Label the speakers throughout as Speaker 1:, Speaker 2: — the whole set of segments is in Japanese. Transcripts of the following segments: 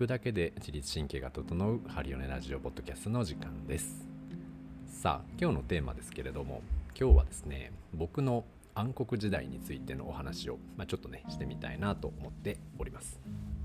Speaker 1: くだけで自律神経が整うハリオネラジオポッドキャストの時間です。さあ、今日のテーマですけれども、今日はですね、僕の暗黒時代についてのお話を、ちょっとねしてみたいなと思っております。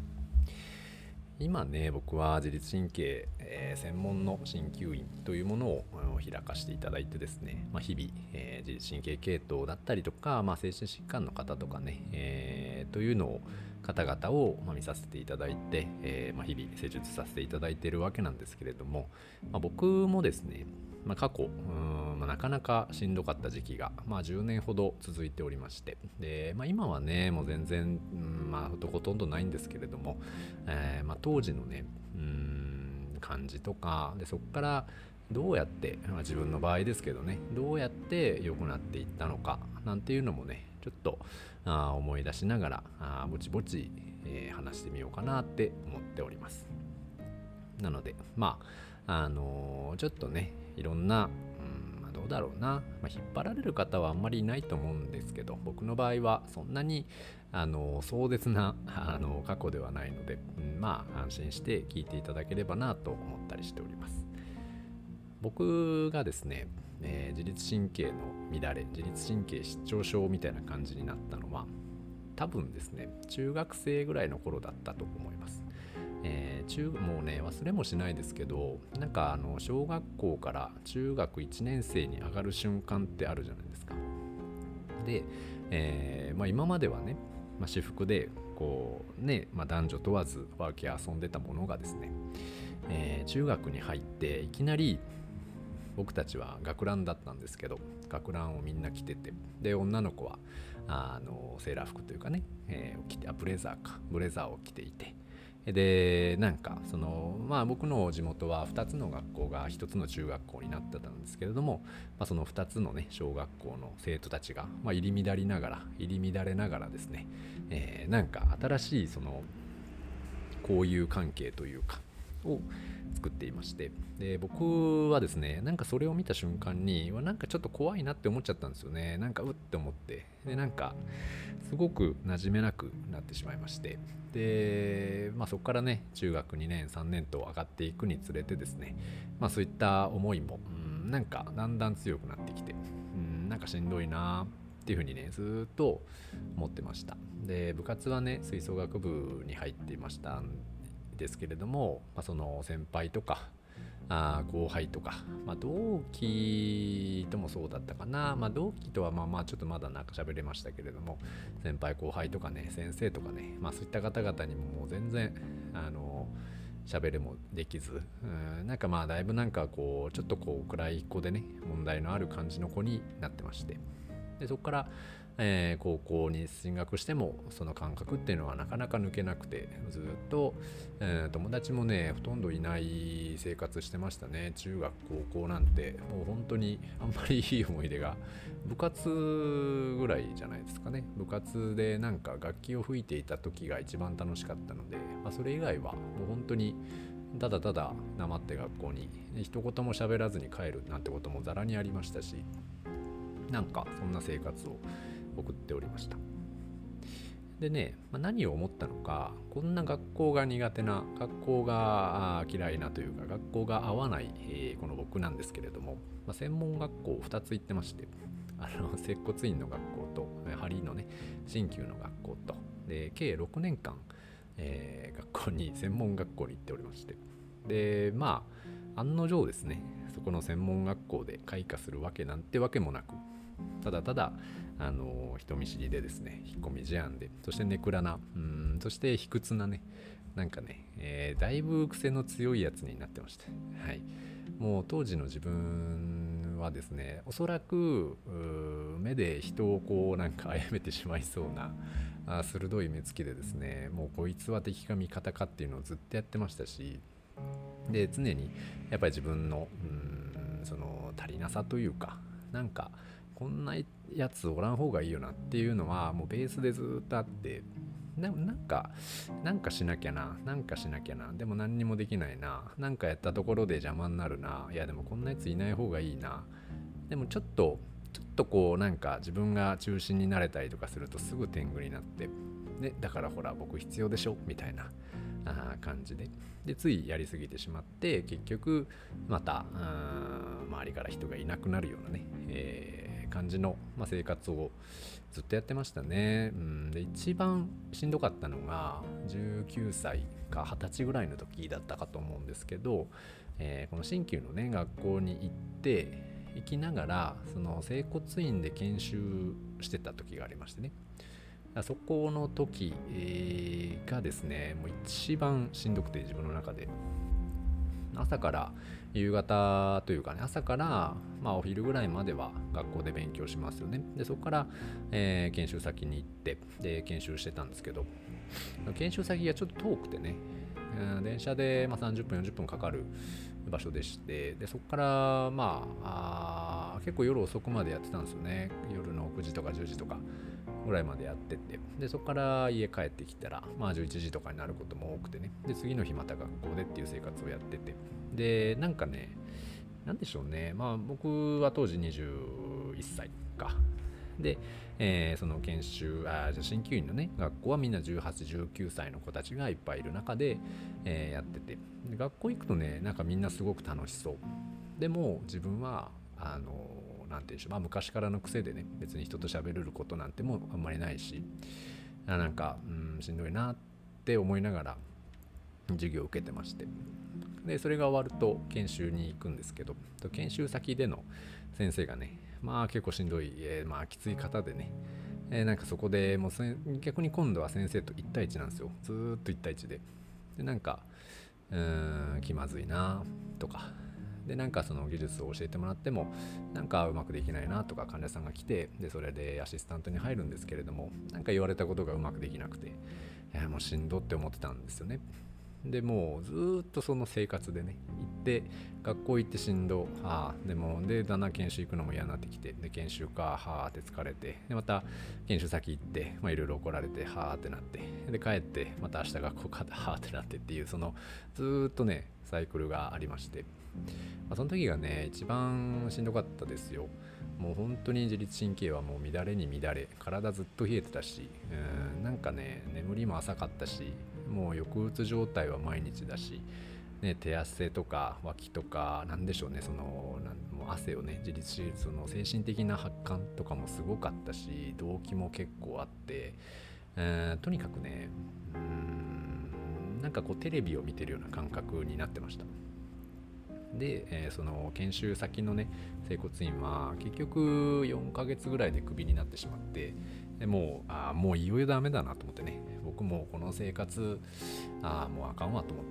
Speaker 1: 今ね、僕は自律神経、専門の鍼灸院というものを開かせていただいてですね、日々、自律神経系統だったりとか、精神疾患の方とかね、というのを方々を見させていただいて、日々施術させていただいているわけなんですけれども、僕もですね、過去なかなかしんどかった時期が、10年ほど続いておりまして、で、今はねもう全然、ほとんどないんですけれども、当時のね感じとかで、そこからどうやって、自分の場合ですけどね、どうやって良くなっていったのかなんていうのもね、ちょっと思い出しながらぼちぼち、話してみようかなって思っております。なのでちょっとねいろんな、どうだろうな、引っ張られる方はあんまりいないと思うんですけど、僕の場合はそんなに壮絶な過去ではないので、安心して聞いていただければなと思ったりしております。僕がですね、自律神経の乱れ、自律神経失調症みたいな感じになったのは多分ですね、中学生ぐらいの頃だったと思います。もうね忘れもしないですけど、なんか小学校から中学1年生に上がる瞬間ってあるじゃないですか。で、今まではね、私服でこうね、男女問わずワーキャー遊んでたものがですね、中学に入っていきなり僕たちは学ランだったんですけど、学ランをみんな着てて、で女の子はセーラー服というかね、ブレザーを着ていて、でなんか僕の地元は2つの学校が1つの中学校になってたんですけれども、その2つのね小学校の生徒たちが、入り乱れながらですね、なんか新しい交友関係というかを作っていまして、で僕はですね、なんかそれを見た瞬間になんかちょっと怖いなって思っちゃったんですよね。なんかうって思って、でなんかすごく馴染めなくなってしまいまして、で、そこからね中学2年3年と上がっていくにつれてですね、そういった思いもなんかだんだん強くなってきて、なんかしんどいなっていうふうにねずっと思ってました。で部活はね吹奏楽部に入っていましたんですけれども、その先輩とか後輩とか、同期ともそうだったかな、同期とはちょっとまだなんか喋れましたけれども、先輩後輩とかね先生とかね、そういった方々にももう全然喋れもできず、なんかだいぶなんかこうちょっとこう暗い子でね、問題のある感じの子になってまして、でそこから、高校に進学してもその感覚っていうのはなかなか抜けなくて、ずっと、友達もねほとんどいない生活してましたね。中学高校なんてもう本当にあんまりいい思い出が、部活ぐらいじゃないですかね。部活でなんか楽器を吹いていた時が一番楽しかったので、それ以外はもう本当にただただ黙って学校に一言も喋らずに帰るなんてこともざらにありましたし、なんかそんな生活を送っておりました。でね、何を思ったのか、こんな学校が苦手な、学校が嫌いなというか、学校が合わない、この僕なんですけれども、専門学校2つ行ってまして、接骨院の学校と針のね鍼灸の学校と、で計6年間、専門学校に行っておりまして、で案の定ですね、そこの専門学校で開花するわけなんてわけもなく、ただただ人見知りでですね、引っ込み思案で、そしてネクラな、そして卑屈なね、なんかね、だいぶ癖の強いやつになってました。はい。もう当時の自分はですね、おそらく目で人をこうなんか殺めてしまいそうな鋭い目つきでですね、もうこいつは敵か味方かっていうのをずっとやってましたし、で常にやっぱり自分のその足りなさというか、なんかこんなやつおらん方がいいよなっていうのはもうベースでずっとあって、なんかしなきゃな、でも何にもできないな、なんかやったところで邪魔になるな、いやでもこんなやついない方がいいな、でもちょっとこうなんか自分が中心になれたりとかするとすぐ天狗になって、でだからほら僕必要でしょみたいな、 感じでついやりすぎてしまって結局また周りから人がいなくなるようなね、感じの、生活をずっとやってましたね。で一番しんどかったのが19歳か20歳ぐらいの時だったかと思うんですけど、この鍼灸のね学校に行きながらその整骨院で研修してた時がありましてね、そこの時、がですねもう一番しんどくて自分の中で朝から夕方というかね朝から、お昼ぐらいまでは学校で勉強しますよね。でそこから、研修先に行ってで研修してたんですけど、研修先がちょっと遠くてね、電車で、30分40分かかる場所でして、でそこから結構夜遅くまでやってたんですよね。夜の9時とか10時とかぐらいまでやってて、でそこから家帰ってきたら11時とかになることも多くてね、で次の日また学校でっていう生活をやってて、でなんかねなんでしょうね、僕は当時21歳かで、その研修鍼灸院のね学校はみんな18、19歳の子たちがいっぱいいる中で、やってて、で学校行くとねなんかみんなすごく楽しそうでも自分はなんて言うんでしょう、昔からの癖でね別に人と喋れることなんてもあんまりないし、なんかしんどいなって思いながら授業を受けてまして、でそれが終わると研修に行くんですけど、研修先での先生がね結構しんどい、きつい方でね、なんかそこでもう逆に今度は先生と1対1なんですよ。ずーっと1対1でなんか気まずいなとかで、なんかその技術を教えてもらってもなんかうまくできないなとか、患者さんが来てでそれでアシスタントに入るんですけれども、なんか言われたことがうまくできなくてもうしんどって思ってたんですよね。でもうずっとその生活でね行って学校行ってしんどでもでだんだん研修行くのも嫌になってきて、で研修かって疲れて、でまた研修先行っていろいろ怒られてってなって、で帰ってまた明日学校かってなってっていう、そのずっとねサイクルがありまして、その時がね一番しんどかったですよ。もう本当に自律神経はもう乱れに乱れ、体ずっと冷えてたし、なんかね眠りも浅かったし、もう抑うつ状態は毎日だし、ね、手汗とか脇とかなんでしょうね、そのもう汗をねその精神的な発汗とかもすごかったし、動悸も結構あって、とにかくねなんかこうテレビを見てるような感覚になってました。で、その研修先のね整骨院は結局4ヶ月ぐらいでクビになってしまって、でもういよいよダメだなと思ってね、僕もこの生活もうあかんわと思って、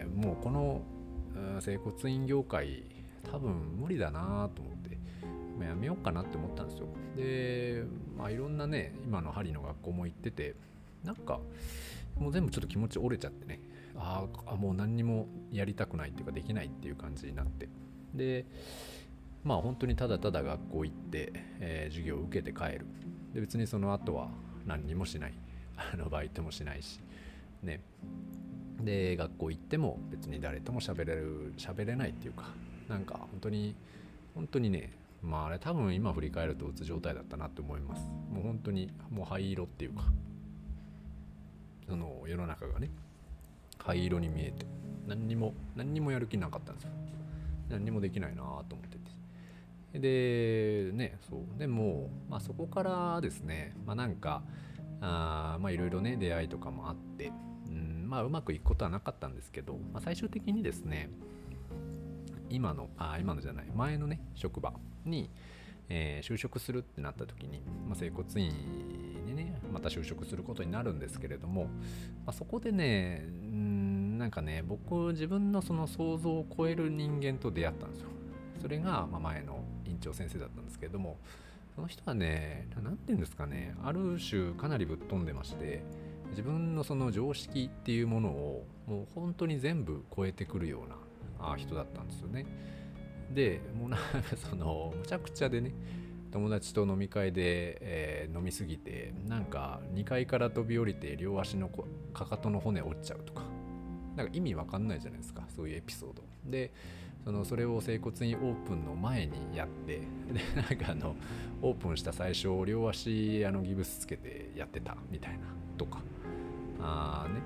Speaker 1: もうこの整骨院業界多分無理だなと思って、やめようかなって思ったんですよ。でいろんなね今の針の学校も行ってて、なんかもう全部ちょっと気持ち折れちゃってね、もう何にもやりたくないっていうかできないっていう感じになって、で本当にただただ学校行って、授業を受けて帰る。で別にその後は何にもしない、バイトもしないしね、で学校行っても別に誰とも喋れないっていうか、なんか本当にね、あれ多分今振り返るとうつ状態だったなって思います。もう本当にもう灰色っていうか、その世の中がね灰色に見えて、何にもやる気なかったんですよ。何にもできないなと思ってて、でねそうでもそこからですねなんかいろいろね出会いとかもあって、うまくいくことはなかったんですけど、最終的にですね今のじゃない前のね職場に、就職するってなった時に、整骨院にねまた就職することになるんですけれども、そこでねなんかね僕自分のその想像を超える人間と出会ったんですよ。それが前の院長先生だったんですけれども、その人はねなんて言うんですかね、ある種かなりぶっ飛んでまして、自分のその常識っていうものをもう本当に全部超えてくるような人だったんですよね。でもうなんかそのむちゃくちゃでね、友達と飲み会で、飲みすぎてなんか2階から飛び降りて両足のかかとの骨折っちゃうとか、なんか意味わかんないじゃないですか、そういうエピソードで。それを整骨院オープンの前にやって、でなんかオープンした最初両足ギブスつけてやってたみたいなとかね、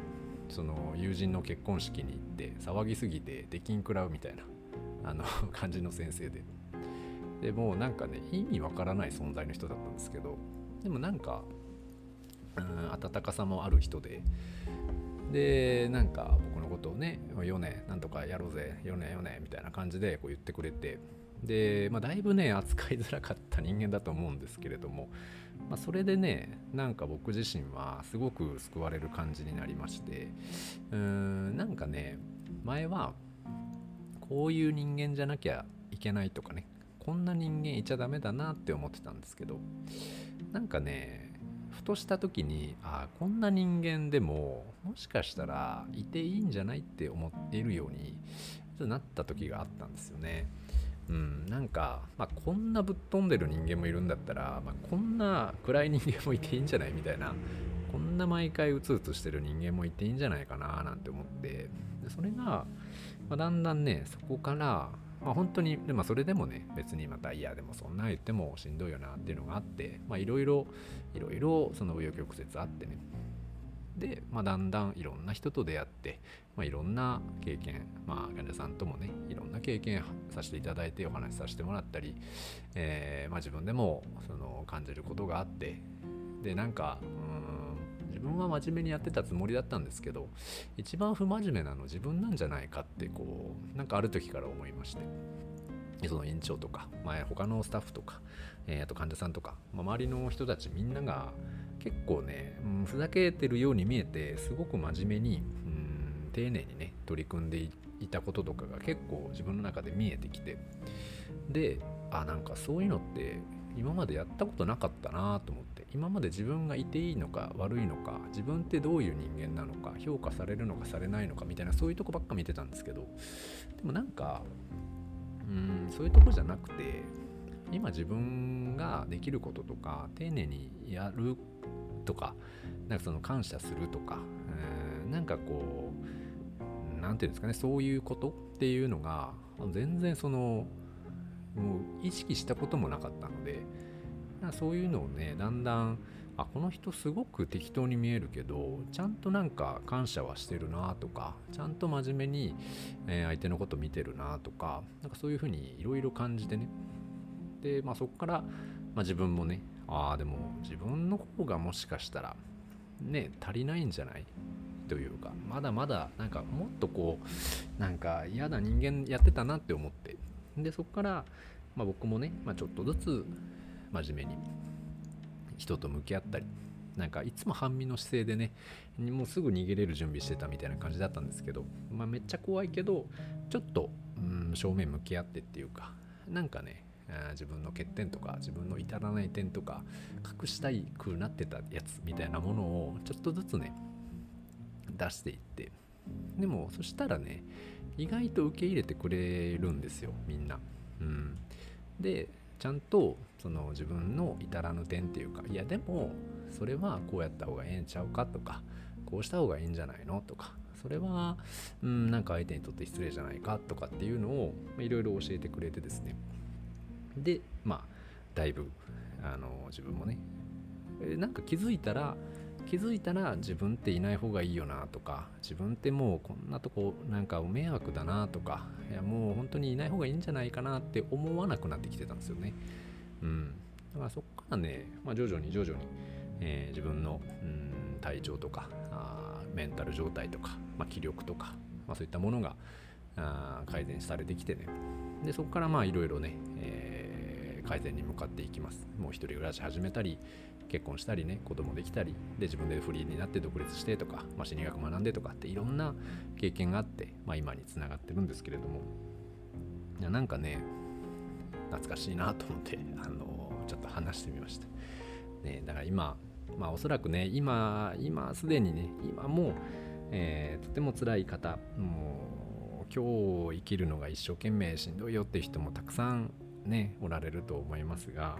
Speaker 1: その友人の結婚式に行って騒ぎすぎて出禁食らうみたいな感じの先生でもうなんかね意味わからない存在の人だったんですけど、でもなんか温かさもある人でなんか僕のことをねヨネなんとかやろうぜヨネヨネみたいな感じでこう言ってくれて、で、だいぶね扱いづらかった人間だと思うんですけれども、それでねなんか僕自身はすごく救われる感じになりまして、なんかね前はこういう人間じゃなきゃいけないとかね、こんな人間いちゃダメだなって思ってたんですけど、なんかねふとした時にこんな人間でももしかしたらいていいんじゃないって思っているようになった時があったんですよね。なんか、こんなぶっ飛んでる人間もいるんだったら、こんな暗い人間もいていいんじゃないみたいな、こんな毎回うつうつしてる人間もいていいんじゃないかななんて思って、でそれが、だんだんねそこから、本当にそれでもね別にまたいやでもそんな言ってもしんどいよなっていうのがあって、いろいろその紆余曲折あってね、で、だんだんいろんな人と出会って、いろんな経験、患者さんともねいろんな経験させていただいてお話しさせてもらったり、自分でもその感じることがあって、でなんか自分は真面目にやってたつもりだったんですけど、一番不真面目なの自分なんじゃないかってなんかある時から思いまして、その院長とか、他のスタッフとか、あと患者さんとか、周りの人たちみんなが結構ね、ふざけてるように見えてすごく真面目に丁寧にね取り組んでいたこととかが結構自分の中で見えてきて、でなんかそういうのって今までやったことなかったなと思って、今まで自分がいていいのか悪いのか、自分ってどういう人間なのか、評価されるのかされないのかみたいな、そういうとこばっか見てたんですけど、でもなんかそういうとこじゃなくて、今自分ができることとか丁寧にやるとか、なんかその感謝するとか、なんかなんていうんですかね、そういうことっていうのが全然もう意識したこともなかったので、そういうのをねだんだんこの人すごく適当に見えるけどちゃんとなんか感謝はしてるなとか、ちゃんと真面目に相手のこと見てるなとか、なんかそういうふうにいろいろ感じてね、でそこから、自分もねでも自分の方がもしかしたらね足りないんじゃないというか、まだまだなんかもっとなんか嫌な人間やってたなって思って、でそこから、僕もね、ちょっとずつ真面目に人と向き合ったり、なんかいつも半身の姿勢でねもうすぐ逃げれる準備してたみたいな感じだったんですけど、めっちゃ怖いけどちょっと正面向き合ってっていうか、なんかね自分の欠点とか自分の至らない点とか隠したいくなってたやつみたいなものをちょっとずつね出していって、でもそしたらね意外と受け入れてくれるんですよみんな。でちゃんとその自分の至らぬ点っていうか、いやでもそれはこうやった方がええんちゃうかとか、こうした方がいいんじゃないのとか、それはなんか相手にとって失礼じゃないかとかっていうのをいろいろ教えてくれてですね、でだいぶ自分もねなんか気づいたら自分っていない方がいいよなとか、自分ってもうこんなとこなんか迷惑だなとか、いやもう本当にいない方がいいんじゃないかなって思わなくなってきてたんですよね。だからそこからね、徐々に、自分の体調とかメンタル状態とか、気力とか、そういったものが改善されてきてね、でそこからいろいろね、改善に向かっていきます。もう一人暮らし始めたり結婚したりね、子供できたりで自分でフリーになって独立してとか、心理学学んでとかっていろんな経験があって、今につながってるんですけれども、いやなんかね懐かしいなと思ってちょっと話してみました、ね、だから今おそらくね今すでにね今もう、とても辛い方、もう今日生きるのが一生懸命しんどいよっていう人もたくさんねおられると思いますが、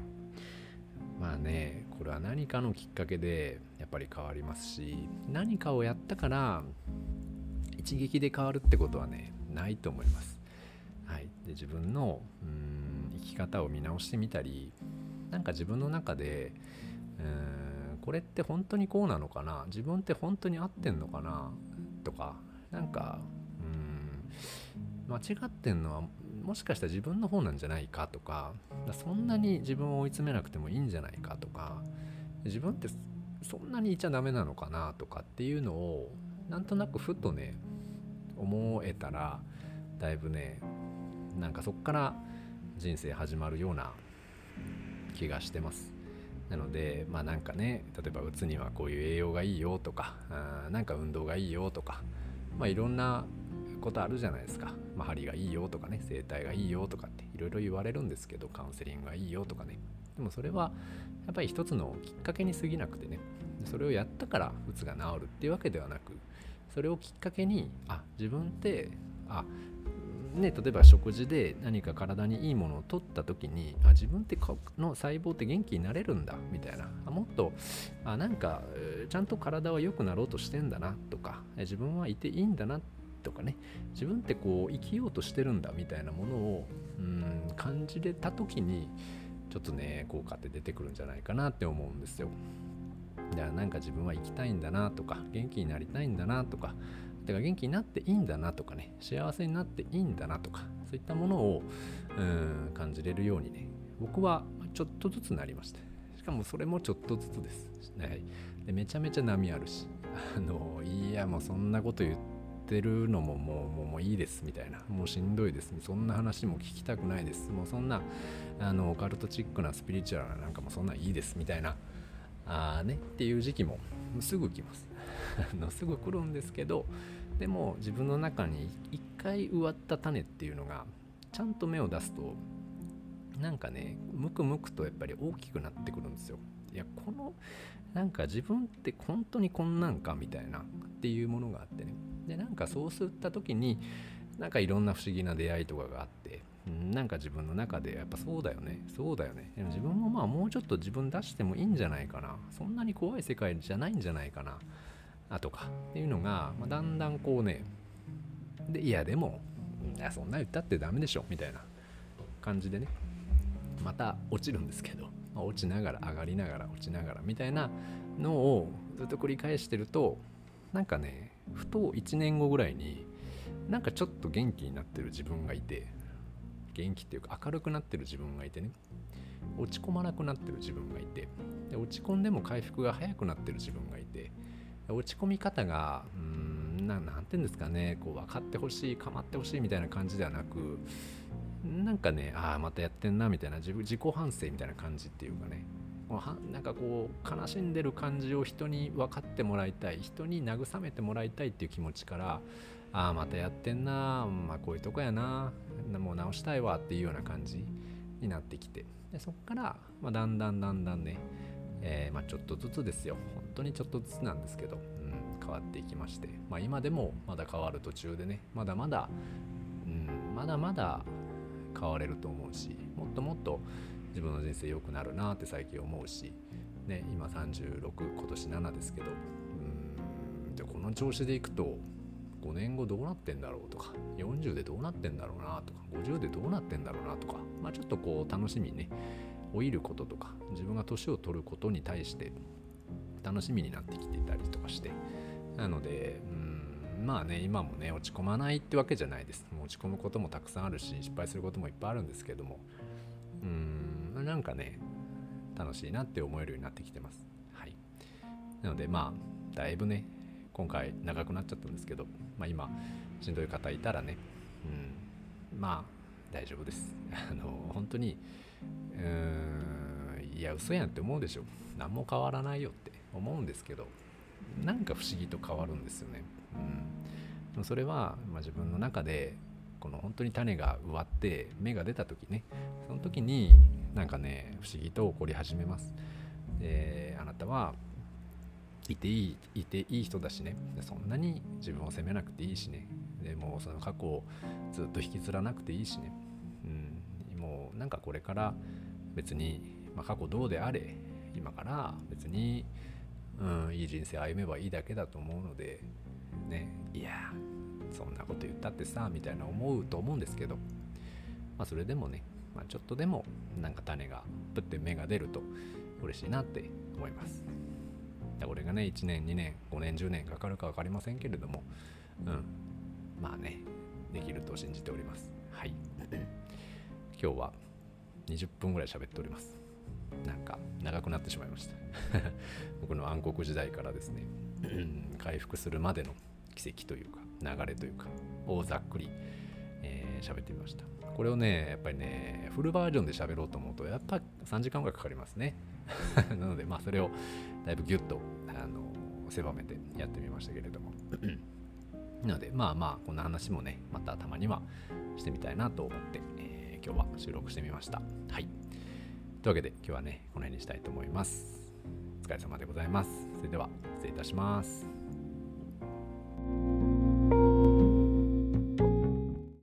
Speaker 1: これは何かのきっかけでやっぱり変わりますし、何かをやったから一撃で変わるってことはねないと思います。で自分の生き方を見直してみたり、なんか自分の中でこれって本当にこうなのかな、自分って本当に合ってんのかなとか、なんか間違ってんのはもしかしたら自分の方なんじゃないかとか、そんなに自分を追い詰めなくてもいいんじゃないかとか、自分ってそんなにいちゃダメなのかなとかっていうのをなんとなくふとね思えたら、だいぶねなんかそっから人生始まるような気がしてます。なのでなんかね、例えばうつにはこういう栄養がいいよとか、なんか運動がいいよとか、いろんなことあるじゃないですか。針がいいよとかね、整体がいいよとかっていろいろ言われるんですけど、カウンセリングがいいよとかね。でもそれはやっぱり一つのきっかけに過ぎなくてね、それをやったからうつが治るっていうわけではなく、それをきっかけに自分って例えば食事で何か体にいいものを取った時に自分っての細胞って元気になれるんだみたいな、もっとなんかちゃんと体は良くなろうとしてんだなとか、自分はいていいんだなとかね、自分ってこう生きようとしてるんだみたいなものを感じれた時にちょっとね効果って出てくるんじゃないかなって思うんですよ。だからなんか自分は生きたいんだなとか、元気になりたいんだなとか、だから元気になっていいんだなとかね、幸せになっていいんだなとか、そういったものを感じれるようにね、僕はちょっとずつなりました。しかもそれもちょっとずつです、はい、でめちゃめちゃ波あるし、いやもうそんなこと言ってるのももういいですみたいな、もうしんどいです、そんな話も聞きたくないです、もうそんなオカルトチックなスピリチュアルななんかもそんないいですみたいなっていう時期もすぐ来ますすぐ来るんですけど、でも自分の中に一回植わった種っていうのがちゃんと芽を出すと、なんかねむくむくとやっぱり大きくなってくるんですよ。いやなんか自分って本当にこんなんかみたいなっていうものがあってね、でなんかそうすった時になんかいろんな不思議な出会いとかがあって、なんか自分の中でやっぱそうだよねでも自分ももうちょっと自分出してもいいんじゃないかな、そんなに怖い世界じゃないんじゃないかなとかっていうのが、だんだんこうね、でいやでもそんな言ったってダメでしょみたいな感じでね、また落ちるんですけど、落ちながら上がりながら落ちながらみたいなのをずっと繰り返してると、なんかねふと1年後ぐらいになんかちょっと元気になってる自分がいて、元気っていうか明るくなってる自分がいてね、落ち込まなくなってる自分がいて、で落ち込んでも回復が早くなってる自分がいて、落ち込み方がなんて言うんですかね、こう分かってほしい構ってほしいみたいな感じではなく、なんかねまたやってんなみたいな自己反省みたいな感じっていうかね、なんかこう悲しんでる感じを人に分かってもらいたい、人に慰めてもらいたいっていう気持ちから、またやってんな、こういうとこやな、もう直したいわっていうような感じになってきて、でそっから、だんだんね、ちょっとずつですよ、本当にちょっとずつなんですけど、変わっていきまして、今でもまだ変わる途中でね、まだまだ変われると思うし、もっともっと自分の人生良くなるなって最近思うし、ね、今36、今年7ですけど、でこの調子でいくと5年後どうなってんだろうとか、40でどうなってんだろうなとか、50でどうなってんだろうなとか、ちょっとこう楽しみにね、老いることとか自分が年を取ることに対して楽しみになってきていたりとかして、なので今もね落ち込まないってわけじゃないです。もう落ち込むこともたくさんあるし、失敗することもいっぱいあるんですけども、なんかね楽しいなって思えるようになってきてます。はい。なのでだいぶね今回長くなっちゃったんですけど、今しんどい方いたらね、大丈夫です。本当にいや嘘やんって思うでしょ、何も変わらないよって思うんですけど、なんか不思議と変わるんですよね。でもそれは、自分の中でこの本当に種が植わって芽が出た時ね、その時になんかね不思議と起こり始めます。であなたはいていい人だしね、そんなに自分を責めなくていいしね、でもうその過去をずっと引きずらなくていいしね、もうなんかこれから別に、過去どうであれ今から別に、いい人生歩めばいいだけだと思うのでね、いやそんなこと言ったってさみたいな思うと思うんですけど、それでもね、ちょっとでもなんか種がプって芽が出ると嬉しいなって思います。 これがね1年2年5年10年かかるか分かりませんけれども、まあねできると信じております。はい。今日は20分ぐらい喋っております。なんか長くなってしまいました僕の暗黒時代からですね回復するまでの奇跡というか流れというかをざっくり喋ってみました。これをねやっぱりねフルバージョンで喋ろうと思うとやっぱ3時間ぐらいかかりますねなのでまあそれをだいぶギュッと狭めてやってみましたけれどもなのでまあこんな話もねまたたまにはしてみたいなと思って、今日は収録してみました。はい。というわけで今日はねこの辺にしたいと思います。お疲れ様でございます。それでは失礼いたします。